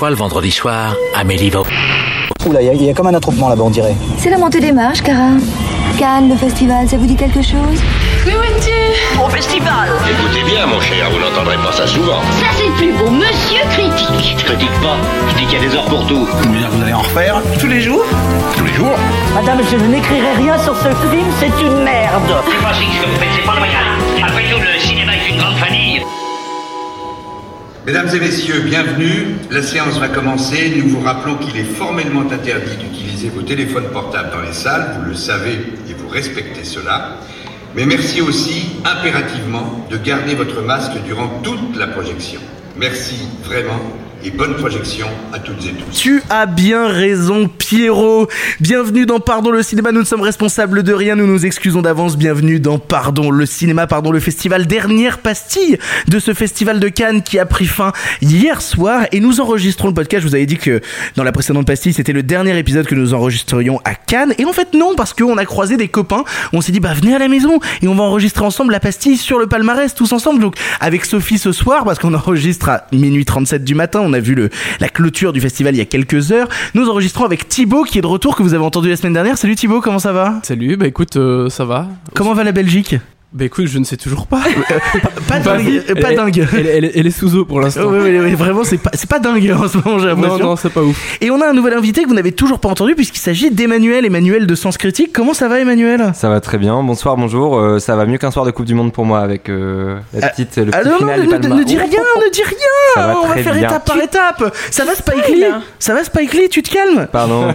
fois le vendredi soir, Amélie va... Oula, il y a comme un attroupement là-bas, on dirait. C'est la montée des marches, Cara. Cannes, le festival, ça vous dit quelque chose? Oui, au festival. Écoutez bien, mon cher, vous n'entendrez pas ça souvent. Ça, c'est le plus beau, monsieur critique. Je critique pas, je dis qu'il y a des heures pour tout. Vous allez en refaire Tous les jours. Madame, je n'écrirai rien sur ce film, c'est une merde. C'est pas ce que vous faites, c'est pas normal. Après tout, le cinéma est une grande famille. Mesdames et messieurs, bienvenue. La séance va commencer. Nous vous rappelons qu'il est formellement interdit d'utiliser vos téléphones portables dans les salles. Vous le savez et vous respectez cela. Mais merci aussi, impérativement, de garder votre masque durant toute la projection. Merci vraiment. Et bonne projection à toutes et tous. Tu as bien raison, Pierrot. Bienvenue dans Pardon le cinéma, nous ne sommes responsables de rien, nous nous excusons d'avance. Bienvenue dans Pardon le cinéma, Pardon le festival, dernière pastille de ce festival de Cannes qui a pris fin hier soir. Et nous enregistrons le podcast, je vous avais dit que dans la précédente pastille, c'était le dernier épisode que nous enregistrions à Cannes. Et en fait non, parce qu'on a croisé des copains, on s'est dit bah venez à la maison et on va enregistrer ensemble la pastille sur le palmarès, tous ensemble. Donc avec Sophie ce soir, parce qu'on enregistre à minuit 37 du matin, on a vu la clôture du festival il y a quelques heures. Nous enregistrons avec Thibaut qui est de retour, que vous avez entendu la semaine dernière. Salut Thibaut, comment ça va ? Salut, bah écoute, ça va. Comment va la Belgique ? Bah écoute, je ne sais toujours pas. Pas dingue. Elle est sous eau pour l'instant. Oui, vraiment, c'est pas dingue en ce moment, j'ai l'impression. Non, c'est pas ouf. Et on a un nouvel invité que vous n'avez toujours pas entendu puisqu'il s'agit Emmanuel de Sens Critique. Comment ça va, Emmanuel ? Ça va très bien. Bonsoir, bonjour. Ça va mieux qu'un soir de Coupe du Monde pour moi avec le petit final du Palma. Ne dis rien. On va faire bien. Étape par étape. Ça va, Spike Lee, tu te calmes ? Pardon.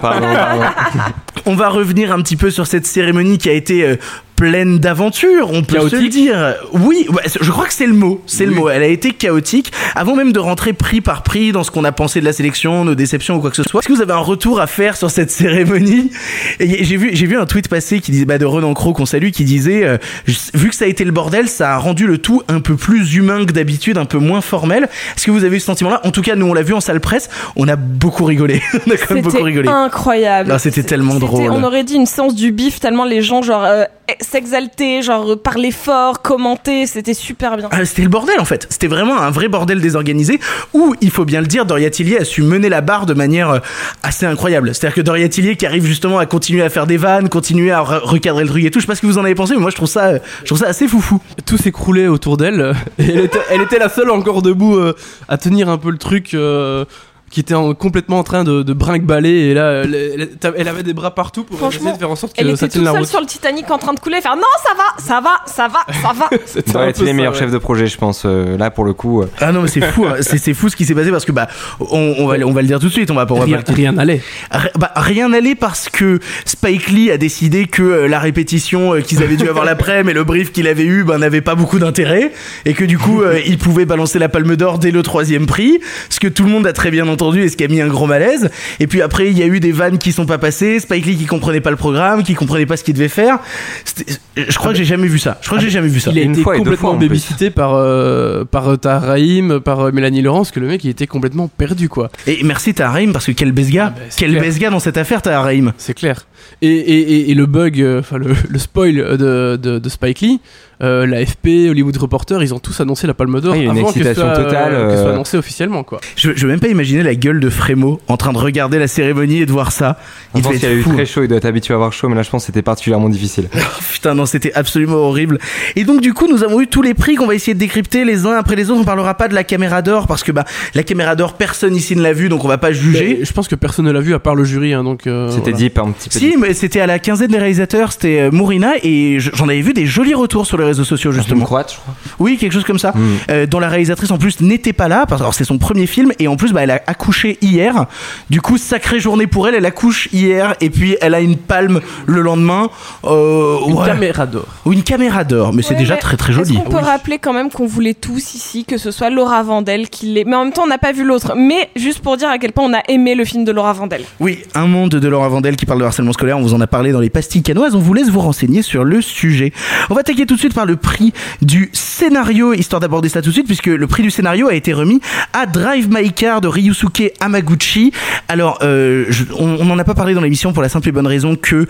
On va revenir un petit peu sur cette cérémonie qui a été pleine d'aventures, on peut chaotique. Se le dire. Oui, je crois que c'est le mot. Le mot. Elle a été chaotique, avant même de rentrer prix par prix dans ce qu'on a pensé de la sélection, nos déceptions ou quoi que ce soit. Est-ce que vous avez un retour à faire sur cette cérémonie ? Et j'ai vu un tweet passer qui disait de Renan Cros qu'on salue, qui disait vu que ça a été le bordel, ça a rendu le tout un peu plus humain que d'habitude, un peu moins formel. Est-ce que vous avez eu ce sentiment-là ? En tout cas, nous on l'a vu en salle presse, on a beaucoup rigolé. On a quand même beaucoup rigolé. C'était incroyable. Non, c'était tellement drôle. On aurait dit une séance du bif tellement les gens s'exalter, parler fort, commenter, c'était super bien. C'était le bordel en fait, c'était vraiment un vrai bordel désorganisé où, il faut bien le dire, Doria Tillier a su mener la barre de manière assez incroyable. C'est-à-dire que Doria Tillier qui arrive justement à continuer à faire des vannes, continuer à recadrer le truc et tout, je sais pas ce que vous en avez pensé, mais moi je trouve ça assez foufou. Tout s'écroulait autour d'elle et elle était la seule encore debout à tenir un peu le truc qui était complètement en train de brinque-baller et là elle avait des bras partout pour essayer de faire en sorte que ça tienne la route. Elle était toute seule sur le Titanic en train de couler et faire non ça va. Ça aurait été les meilleurs chefs de projet, je pense, là pour le coup. Ah non mais c'est fou, hein. c'est fou ce qui s'est passé parce que on va le dire tout de suite, rien n'allait. Rien n'allait parce que Spike Lee a décidé que la répétition qu'ils avaient dû avoir l'après-midi et le brief qu'il avait eu n'avait pas beaucoup d'intérêt et que du coup il pouvait balancer la Palme d'Or dès le 3e prix, ce que tout le monde a très bien entendu et ce qui a mis un gros malaise. Et puis après il y a eu des vannes qui sont pas passées, Spike Lee qui comprenait pas le programme, qui comprenait pas ce qu'il devait faire. Je crois que j'ai jamais vu ça. Il a été complètement babysité par Tahar Rahim, par Mélanie Laurence, que le mec il était complètement perdu quoi. Et merci Tahar Rahim parce que quel baise-gars, baise-gars dans cette affaire Tahar Rahim. C'est clair. Et le bug, le spoil de Spike Lee, l'AFP, Hollywood Reporter, ils ont tous annoncé la Palme d'Or avant que ce soit annoncé officiellement quoi. Je veux même pas imaginer la gueule de Frémaux en train de regarder la cérémonie et de voir ça. Je pense qu'il a eu très chaud, il doit être habitué à avoir chaud, mais là je pense que c'était particulièrement difficile. Putain non, c'était absolument horrible. Et donc du coup nous avons eu tous les prix qu'on va essayer de décrypter les uns après les autres. On parlera pas de la Caméra d'Or parce que la Caméra d'Or personne ici ne l'a vue, donc on va pas juger. Mais je pense que personne ne l'a vu à part le jury hein, donc c'était voilà. deep un petit peu. Si mais c'était à la quinzaine des réalisateurs, c'était Mourina et j'en avais vu des jolis retours sur les réseaux sociaux justement. Croate, je crois. Oui, quelque chose comme ça. Dont la réalisatrice en plus n'était pas là parce que c'est son premier film et en plus elle a accouché hier. Du coup, sacrée journée pour elle. Elle accouche hier et puis elle a une palme le lendemain. Caméra d'Or. Ou une Caméra d'Or, mais c'est déjà très très joli. Est-ce qu'on peut rappeler quand même qu'on voulait tous ici que ce soit Laura Vandel qui l'ait. Mais en même temps, on n'a pas vu l'autre. Mais juste pour dire à quel point on a aimé le film de Laura Vandel. Oui, Un monde de Laura Vandel qui parle de harcèlement scolaire, on vous en a parlé dans les pastilles canoises, on vous laisse vous renseigner sur le sujet. On va attaquer tout de suite par le prix du scénario, histoire d'aborder ça tout de suite, puisque le prix du scénario a été remis à Drive My Car de Ryusuke Hamaguchi. Alors, on n'en a pas parlé dans l'émission pour la simple et bonne raison que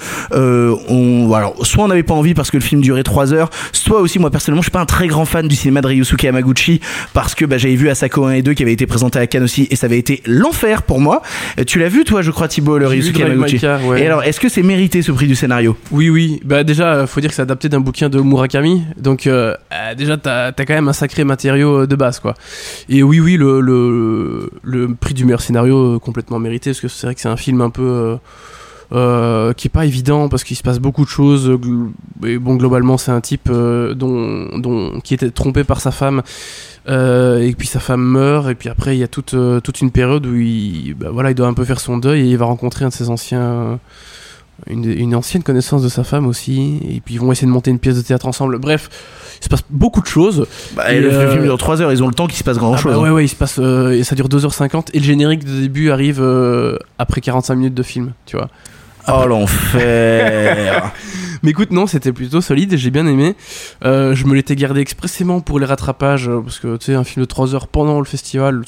soit on n'avait pas envie parce que le film durait 3 heures, soit aussi moi personnellement je suis pas un très grand fan du cinéma de Ryusuke Hamaguchi parce que j'avais vu Asako 1 et 2 qui avaient été présentés à Cannes aussi et ça avait été l'enfer pour moi. Tu l'as vu toi je crois Thibaut, le Ryusuke Hamaguchi? Ouais. Et alors est-ce que c'est mérité ce prix du scénario? Oui, bah déjà faut dire que c'est adapté d'un bouquin de Murakami, donc déjà t'as quand même un sacré matériau de base quoi. Et oui le prix du meilleur scénario complètement mérité parce que c'est vrai que c'est un film un peu qui est pas évident parce qu'il se passe beaucoup de choses. Et bon, globalement, c'est un type qui était trompé par sa femme et puis sa femme meurt et puis après il y a toute une période où il doit un peu faire son deuil et il va rencontrer un de ses anciens. Une ancienne connaissance de sa femme aussi et puis ils vont essayer de monter une pièce de théâtre ensemble. Bref, il se passe beaucoup de choses. Le film dure 3 heures, ils ont le temps qu'il se passe grand chose. Ouais, il se passe et ça dure 2h50 et le générique de début arrive après 45 minutes de film, tu vois. Oh l'enfer. Mais écoute, non, c'était plutôt solide, j'ai bien aimé. Je me l'étais gardé expressément pour les rattrapages, parce que tu sais, un film de 3 heures pendant le festival,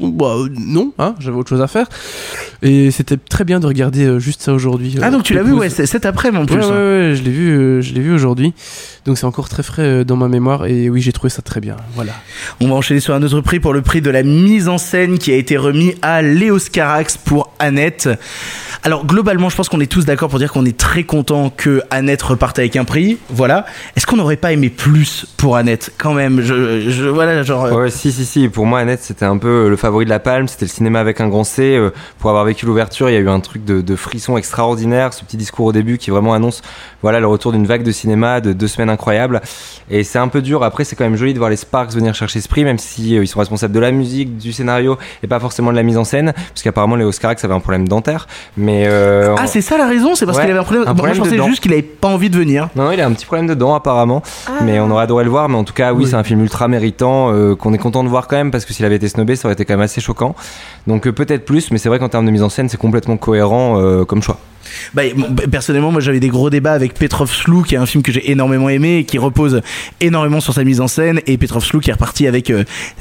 non, hein, j'avais autre chose à faire. Et c'était très bien de regarder juste ça aujourd'hui. Ah donc tu l'as vu, ouais, cet après-midi en plus. Ouais, je l'ai vu aujourd'hui. Donc c'est encore très frais dans ma mémoire et oui, j'ai trouvé ça très bien. Voilà. On va enchaîner sur un autre prix pour le prix de la mise en scène qui a été remis à Léos Carax pour Annette. Alors globalement, je pense qu'on est tous d'accord pour dire qu'on est très content que Annette reparte avec un prix. Voilà. Est-ce qu'on n'aurait pas aimé plus pour Annette quand même? Voilà, genre. Ouais, si. Pour moi, Annette, c'était un peu le favori de la Palme. C'était le cinéma avec un grand C. Pour avoir vécu l'ouverture, il y a eu un truc de frisson extraordinaire. Ce petit discours au début qui vraiment annonce, le retour d'une vague de cinéma de 2 semaines incroyables. Et c'est un peu dur. Après, c'est quand même joli de voir les Sparks venir chercher ce prix, même si ils sont responsables de la musique, du scénario et pas forcément de la mise en scène, parce qu'apparemment Léos Carax avait un problème dentaire. Mais c'est ça la raison, c'est parce qu'il avait un problème. Moi, je pensais juste qu'il avait pas envie de venir. Non, il a un petit problème de dents apparemment, mais on aurait adoré le voir. Mais en tout cas, oui. C'est un film ultra méritant qu'on est content de voir quand même, parce que s'il avait été snobé, ça aurait été quand même assez choquant. Donc peut-être plus, mais c'est vrai qu'en termes de mise en scène, c'est complètement cohérent comme choix. Personnellement, moi j'avais des gros débats avec Petrov Slou, qui est un film que j'ai énormément aimé et qui repose énormément sur sa mise en scène, et Petrov Slou qui est reparti avec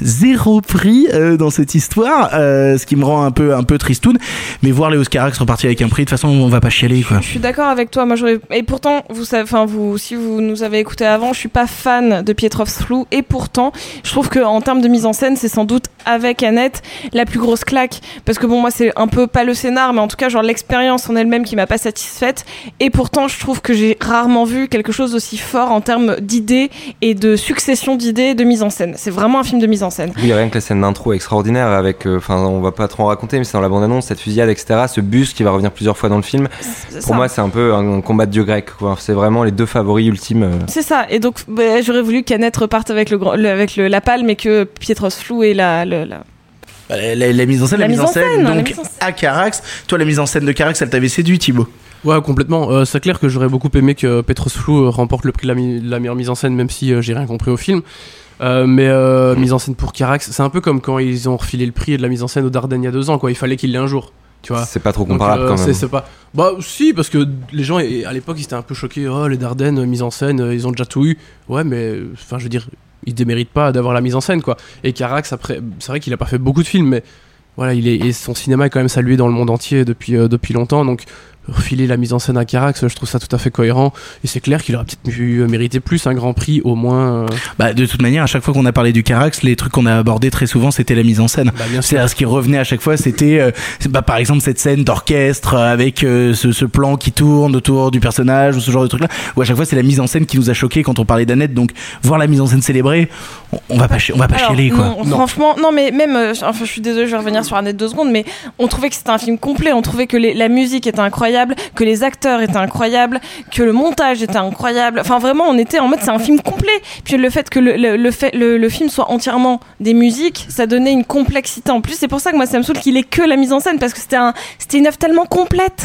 0 prix dans cette histoire, ce qui me rend un peu tristoun. Mais voir Léos Carax reparti avec un prix, de toute façon on va pas chialer quoi. Je suis d'accord avec toi, et pourtant si vous nous avez écouté avant, je suis pas fan de Petrov Slou, et pourtant je trouve que en termes de mise en scène, c'est sans doute avec Annette la plus grosse claque, parce que bon, moi c'est un peu pas le scénar, mais en tout cas genre l'expérience en elle-même qui m'a pas satisfaite, et pourtant je trouve que j'ai rarement vu quelque chose d'aussi fort en termes d'idées et de succession d'idées de mise en scène. C'est vraiment un film de mise en scène. Oui, rien que la scène d'intro extraordinaire avec, on va pas trop en raconter, mais c'est dans la bande-annonce, cette fusillade, etc., ce bus qui va revenir plusieurs fois dans le film. Pour moi, c'est un peu un combat de dieu grec, quoi. C'est vraiment les 2 favoris ultimes. C'est ça, et donc j'aurais voulu qu'Annette reparte avec la palme, et que Petrov Slou ait la mise en scène. Donc à Carax, toi la mise en scène de Carax, elle t'avait séduit, Thibaut? Ouais, complètement. C'est clair que j'aurais beaucoup aimé que Petrov Slou remporte le prix de la meilleure mise en scène, même si j'ai rien compris au film. Mais mise en scène pour Carax, c'est un peu comme quand ils ont refilé le prix de la mise en scène aux Dardennes il y a 2 ans, quoi. Il fallait qu'il l'ait un jour. Tu vois. C'est pas trop comparable. Donc, quand même. C'est pas. Bah si, parce que les gens à l'époque ils étaient un peu choqués. Oh, les Dardennes, mise en scène, ils ont déjà tout eu. Ouais, mais je veux dire, ils déméritent pas d'avoir la mise en scène, quoi. Et Carax, après, c'est vrai qu'il a pas fait beaucoup de films, mais voilà, son cinéma est quand même salué dans le monde entier depuis longtemps, donc refiler la mise en scène à Carax, je trouve ça tout à fait cohérent, et c'est clair qu'il aurait peut-être pu mériter plus un grand prix au moins. De toute manière, à chaque fois qu'on a parlé du Carax, les trucs qu'on a abordés très souvent, c'était la mise en scène. C'est-à-dire ce qui revenait à chaque fois, c'était par exemple cette scène d'orchestre avec ce plan qui tourne autour du personnage, ou ce genre de truc là, où à chaque fois c'est la mise en scène qui nous a choqués quand on parlait d'Annette. Donc voir la mise en scène célébrée, on va pas chialer, quoi. Non. Franchement, non, mais même je suis désolée, je vais revenir sur Annette 2 secondes, mais on trouvait que c'était un film complet, on trouvait que la musique était incroyable, que les acteurs étaient incroyables, que le montage était incroyable. Enfin vraiment, on était en mode c'est un film complet. Puis le fait que le film soit entièrement des musiques, ça donnait une complexité en plus. C'est pour ça que moi ça me saoule qu'il ait que la mise en scène, parce que c'était une œuvre tellement complète.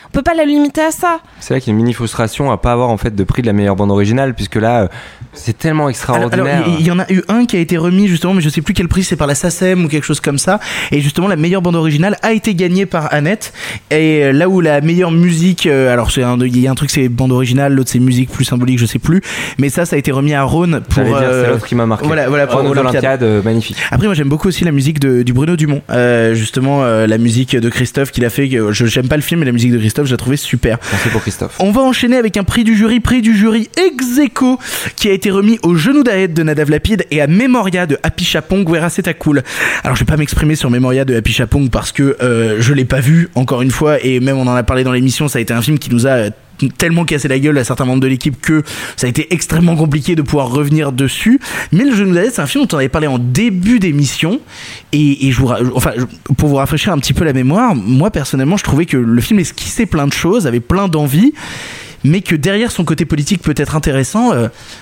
On peut pas la limiter à ça. C'est là qu'il y a une mini frustration à pas avoir en fait de prix de la meilleure bande originale, puisque là c'est tellement extraordinaire. Alors, il y en a eu un qui a été remis justement, mais je sais plus quel prix, c'est par la SACEM ou quelque chose comme ça. Et justement, la meilleure bande originale a été gagnée par Annette. Et là où la meilleure musique, alors il y a un truc c'est bande originale, l'autre c'est musique plus symbolique, je sais plus. Mais ça a été remis à Rhône pour. C'est l'autre qui m'a marqué. Voilà pour Olympiade, magnifique. Après, moi j'aime beaucoup aussi la musique du Bruno Dumont. Justement, la musique de Christophe qu'il a fait. J'aime pas le film, mais la musique de Christophe, je la trouvais super. Merci pour Christophe. On va enchaîner avec un prix du jury ex aequo qui a été remis au Genou d'Aède de Nadav Lapid et à Memoria de Happy Chapong. Vera, c'est cool. Alors je vais pas m'exprimer sur Memoria de Happy Chapong parce que je l'ai pas vu encore une fois, et même on en a parlé dans l'émission, ça a été un film qui nous a tellement cassé la gueule à certains membres de l'équipe que ça a été extrêmement compliqué de pouvoir revenir dessus. Mais le Genou d'Aède, c'est un film dont on avait parlé en début d'émission, et pour vous rafraîchir un petit peu la mémoire, moi personnellement je trouvais que le film esquissait plein de choses, avait plein d'envies, mais que derrière son côté politique peut-être intéressant,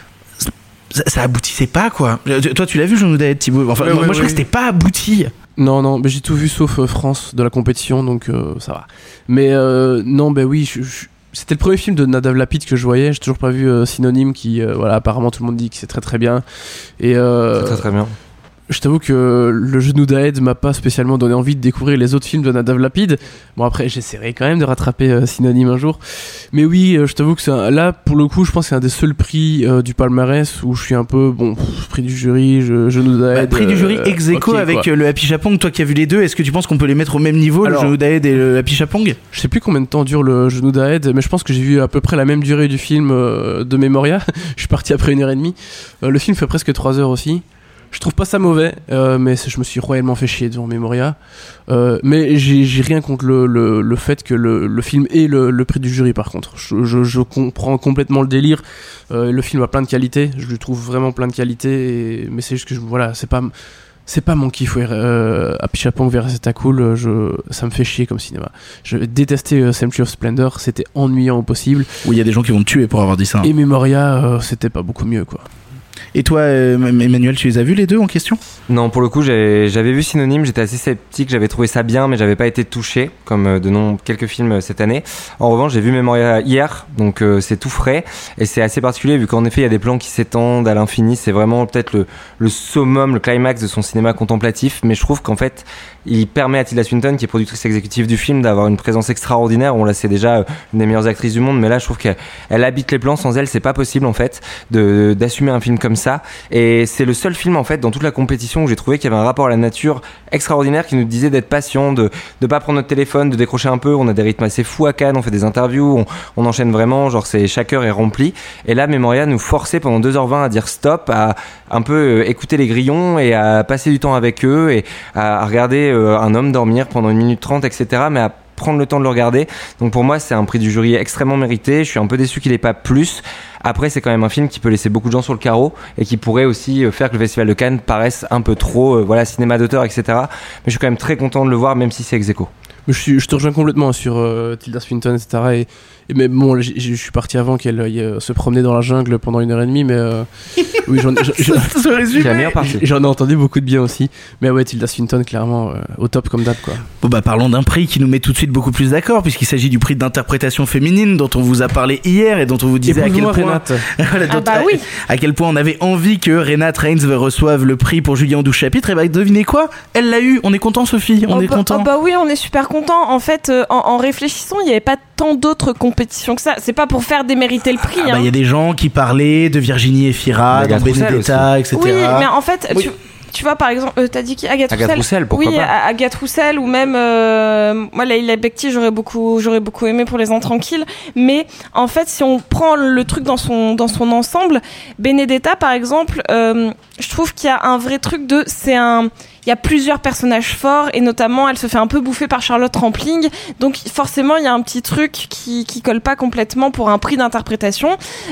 ça aboutissait pas, quoi. Toi tu l'as vu, Genou d'Aède, Thibaut? Moi je crois que c'était pas abouti. Non, mais j'ai tout vu sauf France de la compétition, donc ça va. Mais non, oui, c'était le premier film de Nadav Lapid que je voyais. J'ai toujours pas vu Synonyme, qui apparemment tout le monde dit que c'est très très bien. Et c'est très très bien. Je t'avoue que le Genou d'Aède m'a pas spécialement donné envie de découvrir les autres films de Nadav Lapid. Bon, après j'essaierai quand même de rattraper Synonyme un jour. Mais oui, je t'avoue que là pour le coup je pense que c'est un des seuls prix du palmarès où je suis un peu prix du jury, Genou d'Aède. Prix du jury ex aequo avec le Happy Chapong. Toi qui as vu les deux, est-ce que tu penses qu'on peut les mettre au même niveau, le Genou d'Aède et le Happy Chapong? Je sais plus combien de temps dure le Genou d'Aède, mais je pense que j'ai vu à peu près la même durée du film de Memoria. Je suis parti après 1h30. Le film fait presque 3 heures aussi. Je trouve pas ça mauvais, mais je me suis royalement fait chier devant Memoria. Mais j'ai rien contre le fait que le film ait le prix du jury, par contre. Je comprends complètement le délire. Le film a plein de qualités, je lui trouve vraiment plein de qualités, mais c'est juste que c'est pas mon kiff. Happy Chapong, Vera, c'est cool. Ça me fait chier comme cinéma. Je détestais Century of Splendor, c'était ennuyant au possible. Oui, il y a des gens qui vont te tuer pour avoir dit ça. Et Memoria, c'était pas beaucoup mieux, quoi. Et toi, Emmanuel, tu les as vus les deux en question? Non, pour le coup, j'avais vu Synonyme, j'étais assez sceptique, j'avais trouvé ça bien, mais j'avais pas été touché, comme quelques films cette année. En revanche, j'ai vu Memoria hier, donc c'est tout frais, et c'est assez particulier, vu qu'en effet, il y a des plans qui s'étendent à l'infini, c'est vraiment peut-être le summum, le climax de son cinéma contemplatif, mais je trouve qu'en fait, il permet à Tilda Swinton, qui est productrice exécutive du film, d'avoir une présence extraordinaire. On l'a, c'est déjà une des meilleures actrices du monde, mais là, je trouve qu'elle habite les plans. Sans elle, c'est pas possible, en fait, d'assumer un film comme ça. Et c'est le seul film, en fait, dans toute la compétition où j'ai trouvé qu'il y avait un rapport à la nature extraordinaire qui nous disait d'être patient, de pas prendre notre téléphone, de décrocher un peu. On a des rythmes assez fous à Cannes, on fait des interviews, on enchaîne vraiment, genre chaque heure est remplie. Et là, Memoria nous forçait pendant 2h20 à dire stop, à un peu écouter les grillons et à passer du temps avec eux et à regarder un homme dormir pendant 1 minute 30, etc. Mais à prendre le temps de le regarder. Donc pour moi, c'est un prix du jury extrêmement mérité. Je suis un peu déçu qu'il n'ait pas plus. Après, c'est quand même un film qui peut laisser beaucoup de gens sur le carreau et qui pourrait aussi faire que le Festival de Cannes paraisse un peu trop, cinéma d'auteur, etc. Mais je suis quand même très content de le voir, même si c'est ex aequo. Je te rejoins complètement sur Tilda Swinton, etc. Mais bon, je suis parti avant qu'elle se promenait dans la jungle pendant 1h30, mais oui, j'en ai entendu beaucoup de bien aussi. Mais ouais, Tilda Swinton, clairement, au top comme d'hab, quoi. Bon, parlons d'un prix qui nous met tout de suite beaucoup plus d'accord, puisqu'il s'agit du prix d'interprétation féminine dont on vous a parlé hier et dont on vous disait à quel point à quel point on avait envie que Renate Reigns reçoive le prix pour Julien 12 chapitres. Et devinez quoi, elle l'a eu. On est content, Sophie, on est content. Oui, on est super content. En fait, en réfléchissant, il n'y avait pas tant d'autres compétitions que ça. C'est pas pour faire démériter le prix. Il y a des gens qui parlaient de Virginie Efira, dans Benedetta, etc. Oui, mais en fait, tu vois, par exemple, t'as dit qui? Agathe Roussel, pourquoi pas. Agathe Roussel, ou même moi, Leila Bekti, j'aurais beaucoup aimé pour Les Intranquilles. Mais en fait, si on prend le truc dans son ensemble, Benedetta, par exemple, je trouve qu'il y a un vrai truc il y a plusieurs personnages forts, et notamment elle se fait un peu bouffer par Charlotte Rampling, donc forcément il y a un petit truc qui colle pas complètement pour un prix d'interprétation.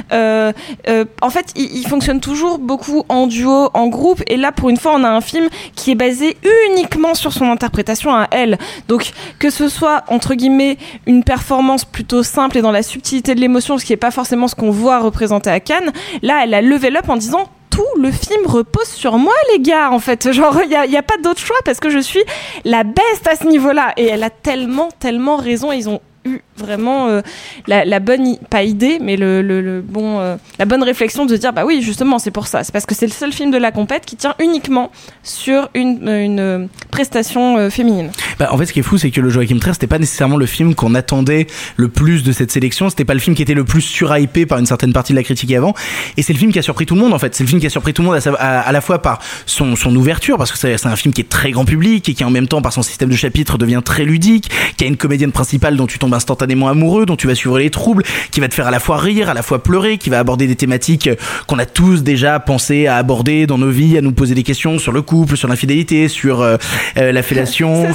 En fait, il fonctionne toujours beaucoup en duo, en groupe, et là pour une fois on a un film qui est basé uniquement sur son interprétation à elle. Donc que ce soit entre guillemets une performance plutôt simple et dans la subtilité de l'émotion, ce qui est pas forcément ce qu'on voit représenté à Cannes, là elle a level up en disant tout le film repose sur moi, les gars, en fait. Genre, il y a pas d'autre choix parce que je suis la best à ce niveau-là. Et elle a tellement raison. Ils ont eu vraiment la bonne pas idée, mais la bonne réflexion de dire bah oui, justement, c'est pour ça. C'est parce que c'est le seul film de la compète qui tient uniquement sur une prestation féminine. Bah, en fait, ce qui est fou, c'est que le Joachim Trier, c'était pas nécessairement le film qu'on attendait le plus de cette sélection. C'était pas le film qui était le plus surhypé par une certaine partie de la critique avant. Et c'est le film qui a surpris tout le monde, en fait. C'est le film qui a surpris tout le monde à la fois par son ouverture, parce que c'est un film qui est très grand public et qui en même temps, par son système de chapitres, devient très ludique, qui a une comédienne principale dont tu tombes instantanément amoureux, dont tu vas suivre les troubles, qui va te faire à la fois rire, à la fois pleurer, qui va aborder des thématiques qu'on a tous déjà pensé à aborder dans nos vies, à nous poser des questions sur le couple, sur l'infidélité, sur la fellation.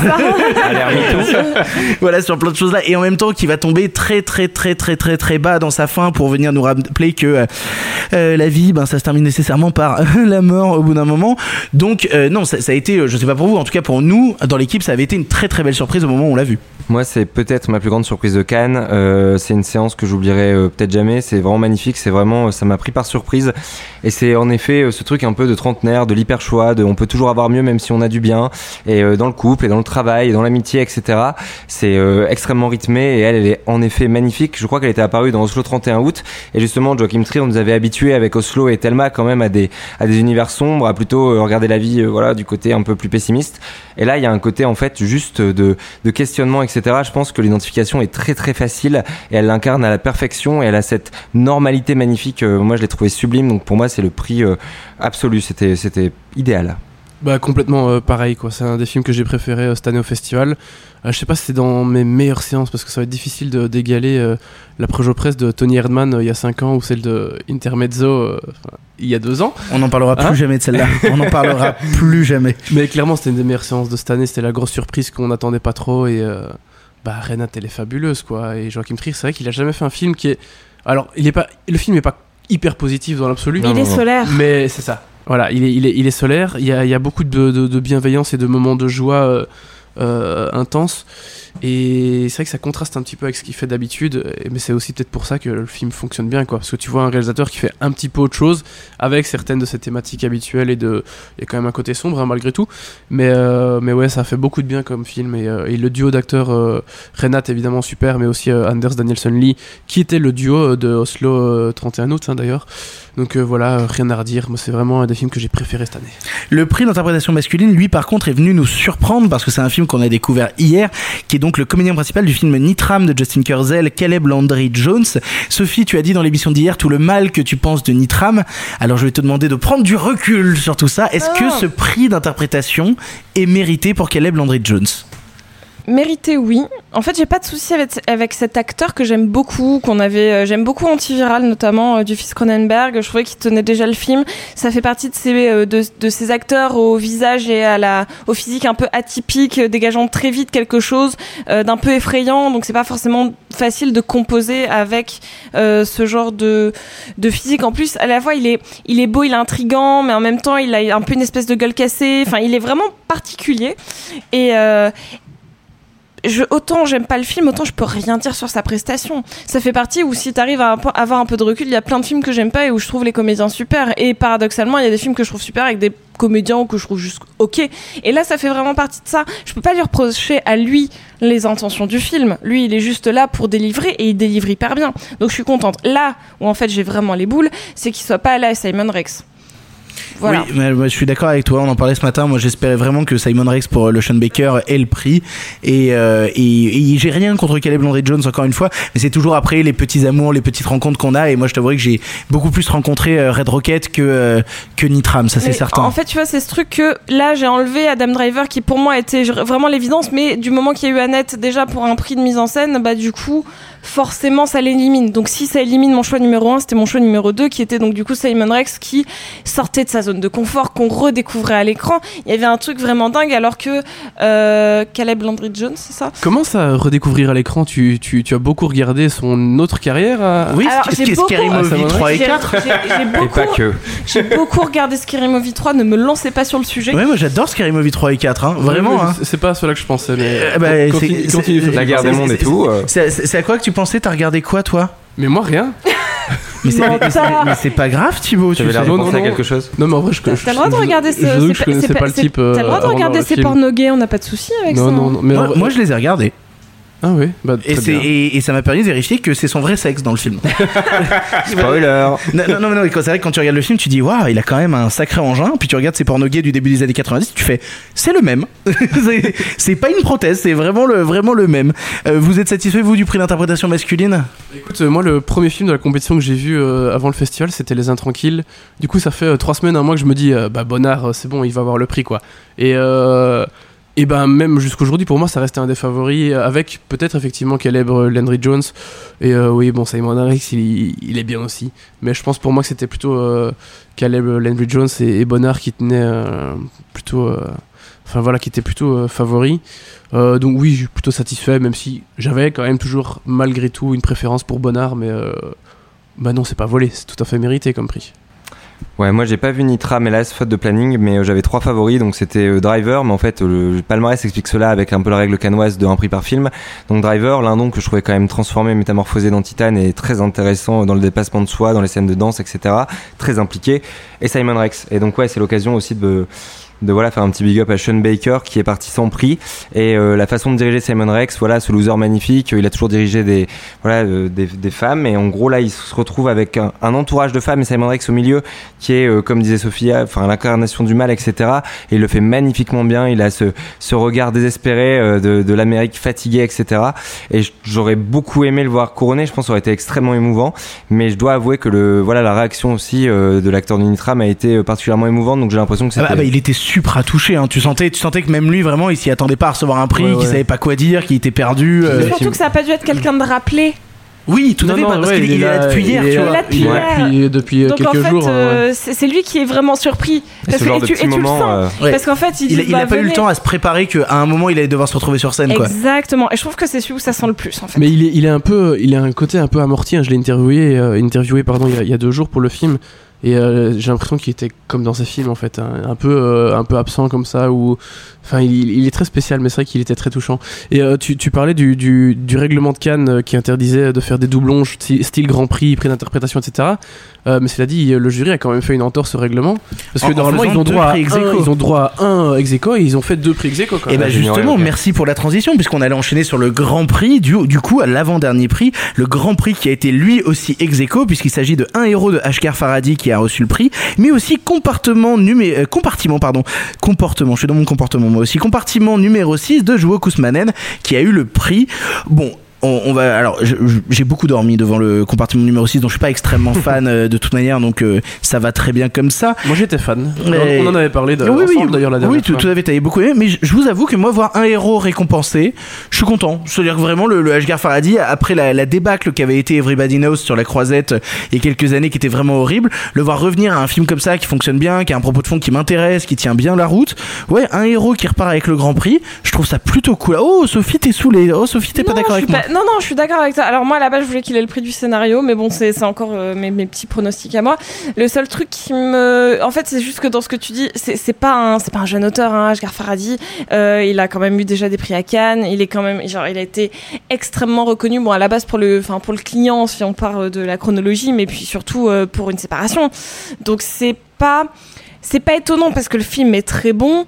Voilà, sur plein de choses là, et en même temps qui va tomber très très très très très très bas dans sa fin pour venir nous rappeler que la vie, ça se termine nécessairement par la mort au bout d'un moment. Donc non, ça a été, je sais pas pour vous, en tout cas pour nous dans l'équipe, ça avait été une très très belle surprise au moment où on l'a vu. Moi, c'est peut-être ma plus grande surprise de Cannes. C'est une séance que j'oublierai peut-être jamais. C'est vraiment magnifique. C'est vraiment, ça m'a pris par surprise. Et c'est en effet ce truc un peu de trentenaire, de l'hyper choix, de on peut toujours avoir mieux même si on a du bien. Et dans le couple, et dans le travail, et dans l'amitié, etc. C'est extrêmement rythmé. Et elle est en effet magnifique. Je crois qu'elle était apparue dans Oslo 31 août. Et justement, Joachim Trier, on nous avait habitués avec Oslo et Thelma quand même à des univers sombres, à plutôt regarder la vie, voilà, du côté un peu plus pessimiste. Et là, il y a un côté en fait juste de questionnement, etc. Je pense que l'identification est très très facile et elle l'incarne à la perfection et elle a cette normalité magnifique. Moi, je l'ai trouvé sublime. Donc pour moi, c'est le prix absolu. C'était idéal. Bah complètement pareil quoi. C'est un des films que j'ai préféré cette année au festival. Je sais pas si c'est dans mes meilleures séances parce que ça va être difficile d'égaler la Peugeot Press de Tony Erdmann il y a 5 ans ou celle de Intermezzo il y a 2 ans. On n'en parlera plus jamais de celle-là. On n'en parlera plus jamais. Mais clairement c'était une des meilleures séances de cette année. C'était la grosse surprise qu'on n'attendait pas trop et Renate elle est fabuleuse quoi. Et Joachim Trier, c'est vrai qu'il a jamais fait un film qui est... Alors le film est pas hyper positif dans l'absolu. Il est solaire. Mais c'est ça. Voilà, il est solaire, il y a beaucoup de bienveillance et de moments de joie intenses. Et c'est vrai que ça contraste un petit peu avec ce qu'il fait d'habitude, mais c'est aussi peut-être pour ça que le film fonctionne bien, quoi. Parce que tu vois un réalisateur qui fait un petit peu autre chose avec certaines de ses thématiques habituelles il y a quand même un côté sombre malgré tout. Mais ouais, ça fait beaucoup de bien comme film. Et le duo d'acteurs, Renate évidemment super, mais aussi Anders Danielsen Lee, qui était le duo de Oslo 31 août d'ailleurs. Donc voilà, rien à redire. Moi, c'est vraiment un des films que j'ai préféré cette année. Le prix d'interprétation masculine, lui, par contre, est venu nous surprendre parce que c'est un film qu'on a découvert hier, qui est donc le comédien principal du film Nitram de Justin Kurzel, Caleb Landry Jones. Sophie, tu as dit dans l'émission d'hier tout le mal que tu penses de Nitram. Alors, je vais te demander de prendre du recul sur tout ça. Est-ce que ce prix d'interprétation est mérité pour Caleb Landry Jones ? Mérité, oui. En fait, j'ai pas de souci avec cet acteur que j'aime beaucoup, j'aime beaucoup Antiviral, notamment du fils Cronenberg. Je trouvais qu'il tenait déjà le film. Ça fait partie de ces acteurs au visage et au physique un peu atypique, dégageant très vite quelque chose d'un peu effrayant. Donc c'est pas forcément facile de composer avec ce genre de physique. En plus, à la fois il est beau, il est intriguant, mais en même temps il a un peu une espèce de gueule cassée. Enfin, il est vraiment particulier. Et autant j'aime pas le film, autant je peux rien dire sur sa prestation. Ça fait partie où si t'arrives à avoir un peu de recul, il y a plein de films que j'aime pas et où je trouve les comédiens super. Et paradoxalement, il y a des films que je trouve super avec des comédiens que je trouve juste ok. Et là, ça fait vraiment partie de ça. Je peux pas lui reprocher à lui les intentions du film. Lui, il est juste là pour délivrer et il délivre hyper bien. Donc je suis contente. Là où en fait j'ai vraiment les boules, c'est qu'il soit pas allé à Simon Rex. Voilà. Oui, mais je suis d'accord avec toi, on en parlait ce matin. Moi, j'espérais vraiment que Simon Rex pour le Sean Baker ait le prix. Et j'ai rien contre Caleb Landry Jones, encore une fois, mais c'est toujours après les petits amours, les petites rencontres qu'on a. Et moi, je t'avouerai que j'ai beaucoup plus rencontré Red Rocket que Nitram, ça c'est certain. En fait, tu vois, c'est ce truc que là, j'ai enlevé Adam Driver qui pour moi était vraiment l'évidence, mais du moment qu'il y a eu Annette déjà pour un prix de mise en scène, bah du coup, forcément, ça l'élimine. Donc si ça élimine mon choix numéro 1, c'était mon choix numéro 2 qui était donc du coup Simon Rex qui sortait de sa zone de confort, qu'on redécouvrait à l'écran. Il y avait un truc vraiment dingue alors que Caleb Landry Jones, c'est ça ? Comment ça, redécouvrir à l'écran ? Tu as beaucoup regardé son autre carrière Oui, Scary Movie 3 et 4. J'ai beaucoup regardé Scary Movie 3, ne me lancez pas sur le sujet. Ouais, moi j'adore Scary Movie 3 et 4, hein, vraiment. Oui, hein. C'est pas cela que je pensais, mais continue. La guerre des mondes et tout. C'est à quoi que tu pensais ? T'as regardé quoi, toi ? Mais moi, rien. Mais c'est pas grave, Thibaut. Tu avais l'air de penser à quelque chose. Non, mais en vrai, t'as le droit de regarder ce. Je connaissais pas le type. T'as le droit de regarder ces pornos gays, on n'a pas de souci avec ça. Non, mais moi, je les ai regardés. Ah oui, bah, et ça m'a permis de vérifier que c'est son vrai sexe dans le film. Spoiler. Non, c'est vrai que quand tu regardes le film, tu dis waouh, il a quand même un sacré engin. Puis tu regardes ses porno gays du début des années 90, tu fais c'est le même. c'est pas une prothèse, c'est vraiment le même. Vous êtes satisfait vous du prix d'interprétation masculine ? Écoute, moi le premier film de la compétition que j'ai vu avant le festival, c'était Les Intranquilles. Du coup, ça fait 3 semaines, un mois que je me dis Bonnard, c'est bon, il va avoir le prix quoi. Et ben même jusqu'aujourd'hui pour moi ça restait un des favoris avec peut-être effectivement Caleb Landry Jones et oui bon Simon Harris il est bien aussi mais je pense pour moi que c'était plutôt Caleb Landry Jones et Bonnard qui tenaient plutôt enfin voilà qui étaient plutôt favoris donc oui je suis plutôt satisfait même si j'avais quand même toujours malgré tout une préférence pour Bonnard mais bah non c'est pas volé c'est tout à fait mérité comme prix. Ouais, moi j'ai pas vu Nitra, mais là c'est faute de planning, mais j'avais 3 favoris, donc c'était Driver, mais en fait le palmarès explique cela avec un peu la règle canoise de un prix par film. Donc Driver, l'un donc que je trouvais quand même transformé, métamorphosé dans Titane et très intéressant dans le dépassement de soi, dans les scènes de danse, etc. Très impliqué. Et Simon Rex. Et donc ouais, c'est l'occasion aussi de voilà faire un petit big up à Sean Baker qui est parti sans prix et la façon de diriger Simon Rex, voilà ce loser magnifique, il a toujours dirigé des femmes et en gros là il se retrouve avec un entourage de femmes et Simon Rex au milieu qui est comme disait Sophia, enfin l'incarnation du mal etc. et il le fait magnifiquement bien, il a ce regard désespéré de l'Amérique fatiguée etc. et j'aurais beaucoup aimé le voir couronné, je pense que ça aurait été extrêmement émouvant, mais je dois avouer que la réaction aussi de l'acteur de Nitra m'a été particulièrement émouvante, donc j'ai l'impression que c'était il était supra touché hein. tu sentais que même lui vraiment il s'y attendait pas à recevoir un prix, qu'il savait pas quoi dire, qu'il était perdu surtout que ça a pas dû être quelqu'un de rappelé. Oui, tout à fait, parce qu'il est là depuis hier, tu vois. Depuis donc quelques jours. Donc en fait, c'est lui qui est vraiment surpris. Parce que tu le sens. Parce qu'en fait, il a pas eu le temps à se préparer qu'à un moment il allait devoir se retrouver sur scène. Exactement. Et je trouve que c'est celui où ça sent le plus en fait. Mais il a un côté un peu amorti. Hein. Je l'ai interviewé il y a 2 jours pour le film. Et j'ai l'impression qu'il était comme dans ses films en fait, un peu absent comme ça, ou enfin il est très spécial, mais c'est vrai qu'il était très touchant. Et tu parlais du règlement de Cannes qui interdisait de faire des doublons style Grand Prix, prix d'interprétation, etc. Mais cela dit, le jury a quand même fait une entorse au règlement parce que normalement ils ont droit à un ex aequo et ils ont fait 2 prix ex aequo. Et bah justement, merci pour la transition puisqu'on allait enchaîner sur le Grand Prix du coup à l'avant-dernier prix, le Grand Prix qui a été lui aussi ex aequo puisqu'il s'agit de Un héros de Ashghar Farhadi qui a reçu le prix, mais aussi compartiment, je suis dans mon comportement moi aussi, compartiment numéro 6 de Juho Kuusmanen qui a eu le prix. Bon, on va alors j'ai beaucoup dormi devant le compartiment numéro 6 donc je suis pas extrêmement fan de toute manière donc ça va très bien comme ça. Moi j'étais fan. On en avait parlé d'ailleurs la dernière fois. Oui, tout à fait, t'avais beaucoup aimé, mais je vous avoue que moi voir un héros récompensé, je suis content. C'est-à-dire que vraiment le Ashghar Farhadi après la débâcle qui avait été Everybody Knows sur la Croisette il y a quelques années qui était vraiment horrible, le voir revenir à un film comme ça qui fonctionne bien, qui a un propos de fond qui m'intéresse, qui tient bien la route. Ouais, un héros qui repart avec le Grand Prix, je trouve ça plutôt cool. Oh Sophie t'es saulée. Oh Sophie t'es pas d'accord avec moi. Non, je suis d'accord avec toi. Alors moi, à la base, je voulais qu'il ait le prix du scénario, mais bon, c'est encore mes petits pronostics à moi. Le seul truc qui en fait, c'est juste que dans ce que tu dis, c'est pas un jeune auteur, hein, Ashghar Farhadi. Il a quand même eu déjà des prix à Cannes. Il est quand même, il a été extrêmement reconnu. Bon, à la base pour le client, si on parle de la chronologie, mais puis surtout pour une séparation. Donc c'est pas étonnant parce que le film est très bon.